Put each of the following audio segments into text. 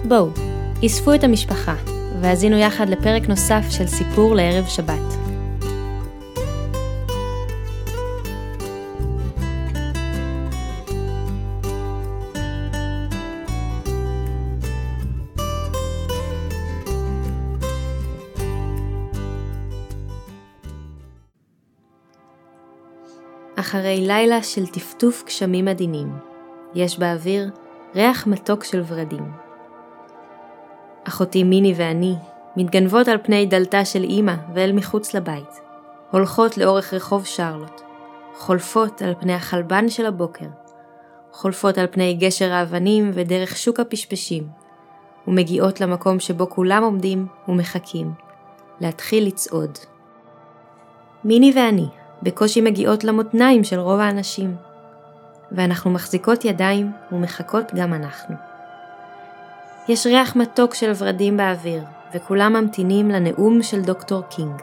בואו, אספו את המשפחה, והאזינו יחד לפרק נוסף של סיפור לערב שבת. אחרי לילה של טפטוף גשמים עדינים, יש באוויר ריח מתוק של ורדים. אחותי מיני ואני מתגנבות על פני דלתה של אמא ואל מחוץ לבית, הולכות לאורך רחוב שרלוט, חולפות על פני החלבן של הבוקר, חולפות על פני גשר האבנים ודרך שוק הפשפשים, ומגיעות למקום שבו כולם עומדים ומחכים, להתחיל לצעוד. מיני ואני בקושי מגיעות למותניים של רוב האנשים, ואנחנו מחזיקות ידיים ומחכות גם אנחנו. יש ריח מתוק של ורדים באוויר, וכולם ממתינים לנאום של דוקטור קינג.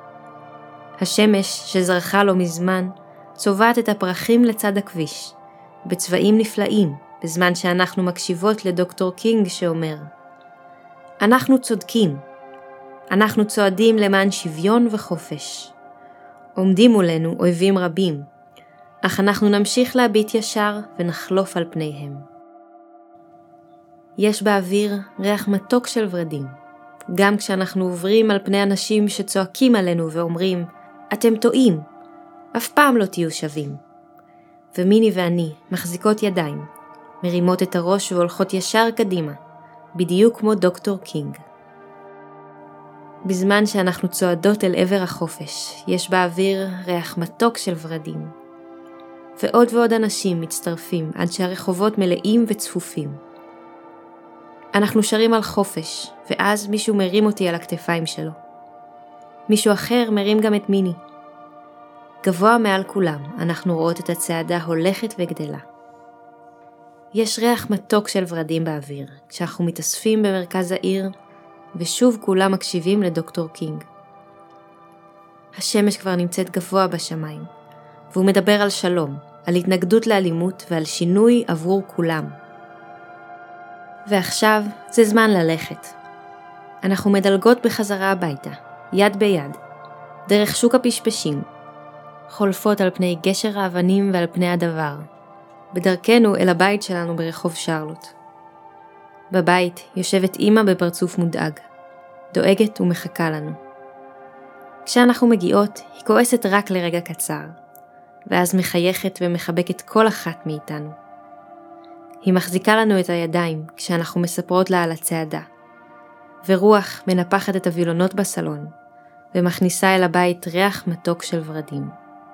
השמש שזרחה לא מזמן צובעת את הפרחים לצד הכביש, בצבעים נפלאים, בזמן שאנחנו מקשיבות לדוקטור קינג שאומר, אנחנו צודקים, אנחנו צועדים למען שוויון וחופש. עומדים מולנו אויבים רבים, אך אנחנו נמשיך להביט ישר ונחלוף על פניהם. יש באוויר ריח מתוק של ורדים, גם כשאנחנו עוברים על פני אנשים שצועקים עלינו ואומרים, אתם טועים, אף פעם לא תהיו שווים. ומיני ואני מחזיקות ידיים, מרימות את הראש והולכות ישר קדימה, בדיוק כמו דוקטור קינג. בזמן שאנחנו צועדות אל עבר החופש, יש באוויר ריח מתוק של ורדים. ועוד ועוד אנשים מצטרפים עד שהרחובות מלאים וצפופים. אנחנו שרים על חופש, ואז מישהו מרים אותי על הכתפיים שלו. מישהו אחר מרים גם את מיני. גבוה מעל כולם, אנחנו רואות את הצעדה הולכת וגדלה. יש ריח מתוק של ורדים באוויר, כשאנחנו מתאספים במרכז העיר, ושוב כולם מקשיבים לדוקטור קינג. השמש כבר נמצאת גבוה בשמיים, והוא מדבר על שלום, על התנגדות לאלימות ועל שינוי עבור כולם. ועכשיו זה זמן ללכת. אנחנו מדלגות בחזרה הביתה, יד ביד, דרך שוק הפשפשים, חולפות על פני גשר האבנים ועל פני הדבר, בדרכנו אל הבית שלנו ברחוב שרלוט. בבית יושבת אמא בפרצוף מודאג, דואגת ומחכה לנו. כשאנחנו מגיעות, היא כועסת רק לרגע קצר, ואז מחייכת ומחבקת כל אחת מאיתנו. היא מחזיקה לנו את הידיים כשאנחנו מספרות לה על הצעדה, ורוח מנפחת את הווילונות בסלון, ומכניסה אל הבית ריח מתוק של ורדים.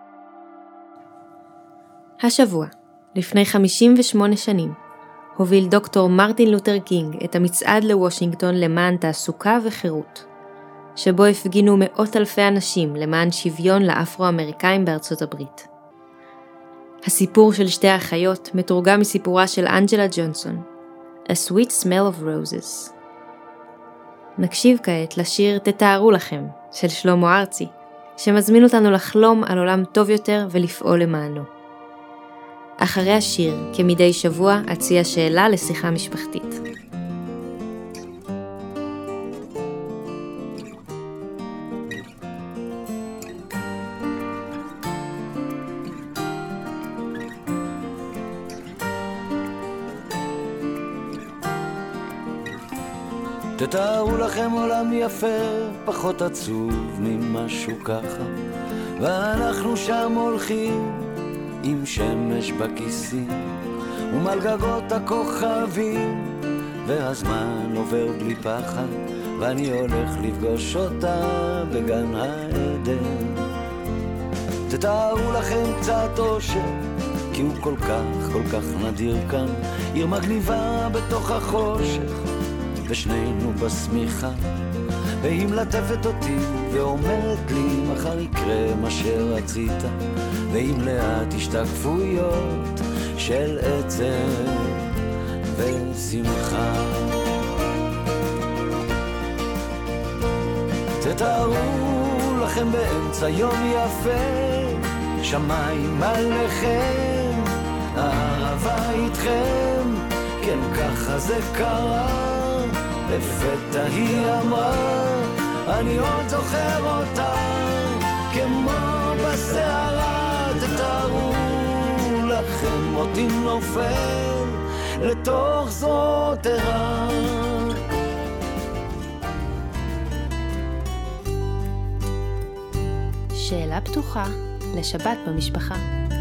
השבוע, לפני 58 שנים, הוביל דוקטור מרטין לותר קינג את המצעד לוושינגטון למען תעסוקה וחירות, שבו הפגינו מאות אלפי אנשים למען שוויון לאפרו-אמריקאים בארצות הברית. הסיפור של שתי האחיות מתורגם מסיפורה של אנג'לה ג'ונסון, A Sweet Smell of Roses. נקשיב כעת לשיר תתארו לכם של שלמה ארצי, שמזמין אותנו לחלום על עולם טוב יותר ולפעול למענו. אחרי השיר, כמדי שבוע, אציע שאלה לשיחה משפחתית. תתארו לכם עולם יפה, פחות עצוב ממשהו ככה, ואנחנו שם הולכים עם שמש בכיסים ומעל גגות הכוכבים, והזמן עובר בלי פחד, ואני הולך לפגוש אותה בגן העדן. תתארו לכם קצת אושר, כי הוא כל כך נדיר כאן, עיר מגניבה בתוך החושך, ושנינו בסמיכה, והיא מלטפת אותי ואומרת לי מחר יקרה מה שרצית, ועם לאט השתקפויות של עצב ושמחה. תתארו לכם באמצע יום יפה, שמיים עליכם, אהבה איתכם, כן ככה זה קרה, לפתע היא אמרה, אני עוד זוכר אותה, כמו בסערה, תתארו לכם אותי נופל לתוך זרועותיה. שאלה פתוחה לשבת במשפחה.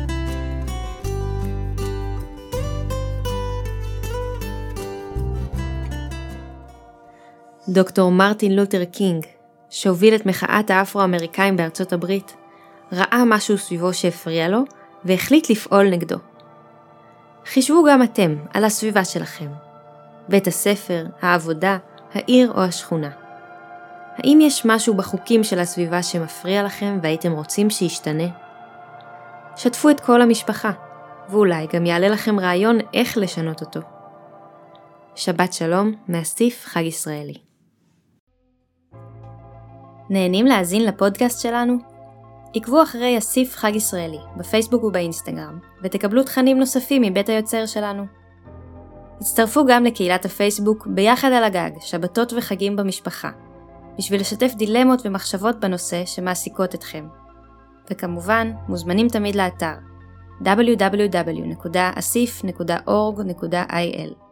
דוקטור מרטין לותר קינג, שהוביל את מחאת האפרו-אמריקאים בארצות הברית, ראה משהו סביבו שהפריע לו והחליט לפעול נגדו. חישבו גם אתם על הסביבה שלכם, בית הספר, העבודה, העיר או השכונה. האם יש משהו בחוקים של הסביבה שמפריע לכם והייתם רוצים שישתנה? שתפו את כל המשפחה, ואולי גם יעלה לכם רעיון איך לשנות אותו. שבת שלום מאסטיף חג ישראלי. נהנים להאזין לפודקאסט שלנו? עקבו אחרי אסיף חג ישראלי בפייסבוק ובאינסטגרם, ותקבלו תכנים נוספים מבית היוצר שלנו. הצטרפו גם לקהילת הפייסבוק ביחד על הגג, שבתות וחגים במשפחה, בשביל לשתף דילמות ומחשבות בנושא שמעסיקות אתכם. וכמובן, מוזמנים תמיד לאתר www.asif.org.il.